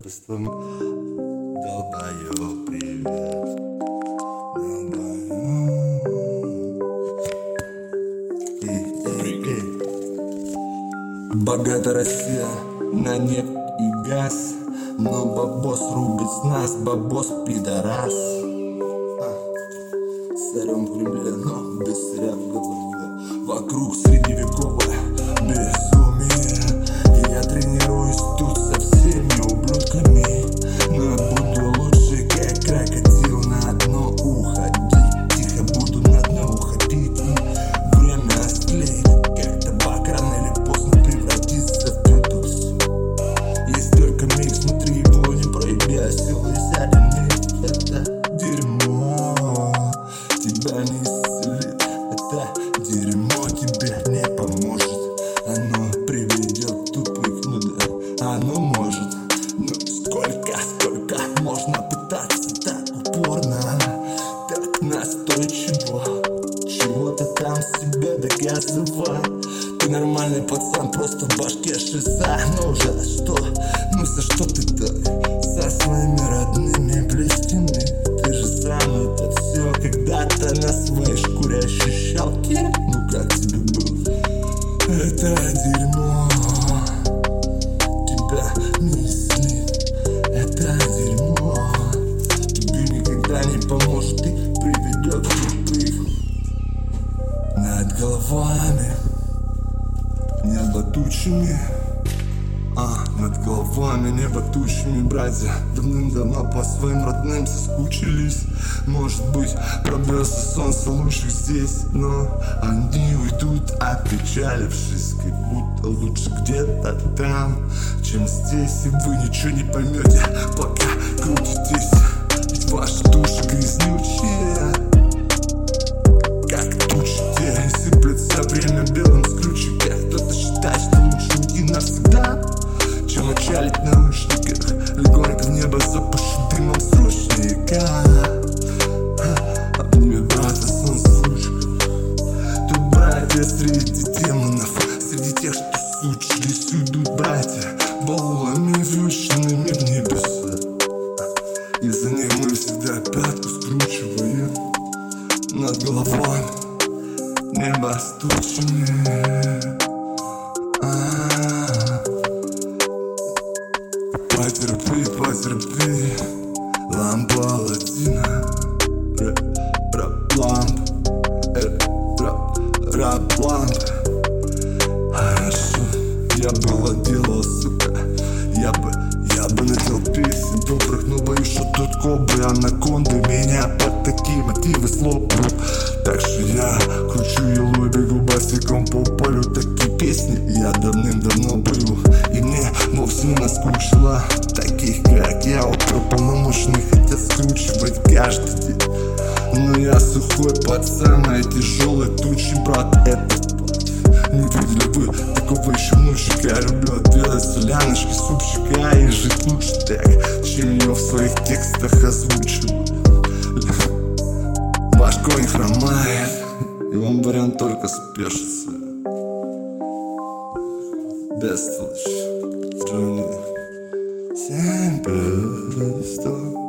быстро. Долбоёб, привет. Богата Россия на нефть и газ, но бабос рубит с нас, бабос пидорас. Царем в Кремле, но без царя в голове. Вокруг средневековое безумие, и я тренируюсь тут со всеми ублюдками. Но я буду лучше, как крокодил, на дно уходить. Тихо буду на дно уходить, и время остлеет, как табак рано или поздно превратится в петух. Есть только микс внутри, его не проебешь, силы сядем, это дерьмо тебя не исцелит, это дерьмо тебе не поможет. Оно приведет в тупик, ну да, оно может. Ну сколько можно пытаться так упорно, так настойчиво чего-то там себе доказывать. Ты нормальный пацан, просто в башке шиза. Ну за что? Ну за что ты так со своими родными близкими? Ты же сам это все когда-то на своей шкуре ощущал. Ну как тебе было? Это дерьмо тебя не исцелит. Это дерьмо тебе никогда не поможет и приведет в тупик. Над головами небо тучами, над головами небо тучами. Братья давным-давно по своим родным соскучились. Может быть, пробьется солнце лучше здесь, но они уйдут, опечалившись, как будто лучше где-то там, чем здесь. И вы ничего не поймете, пока крутитесь, ведь ваши души грязнючие, как тучи, те сыплется время белым с ключика. Кто-то считает, что лучше уйти навсегда, чем очалить в наушниках. Легонько в небо запущу дымом с ручника. Обними брата солнце в лучах. Тут братья среди демонов, среди тех, что случились, уйдут братья баллами, включенными в небеса. И за них мы всегда пятку скручиваем. Над головой небо с тучами. Потерпи, лампа Аладдина, рап-ламп. Хорошо, я бы делал, сука, я бы надел песен добрых, но боюсь, что тут кобры, анаконды меня под такие мотивы слопнут. Так что я кручу елу и бегу босиком по полю. Такие песни я давным-давно пою, и мне вовсе не наскучило. Таких как я, уполномоченные хотят скручивать каждый день. Но я сухой пацан, а тяжелые тучи, брат, это не видели вы такого еще мужика. Я люблю отведать соляночки, супчика и жить лучше так, чем ее в своих текстах озвучиваю. Ваш конь хромает, и вам вариант только спешится. Бестолочь, Джонни, 7+100.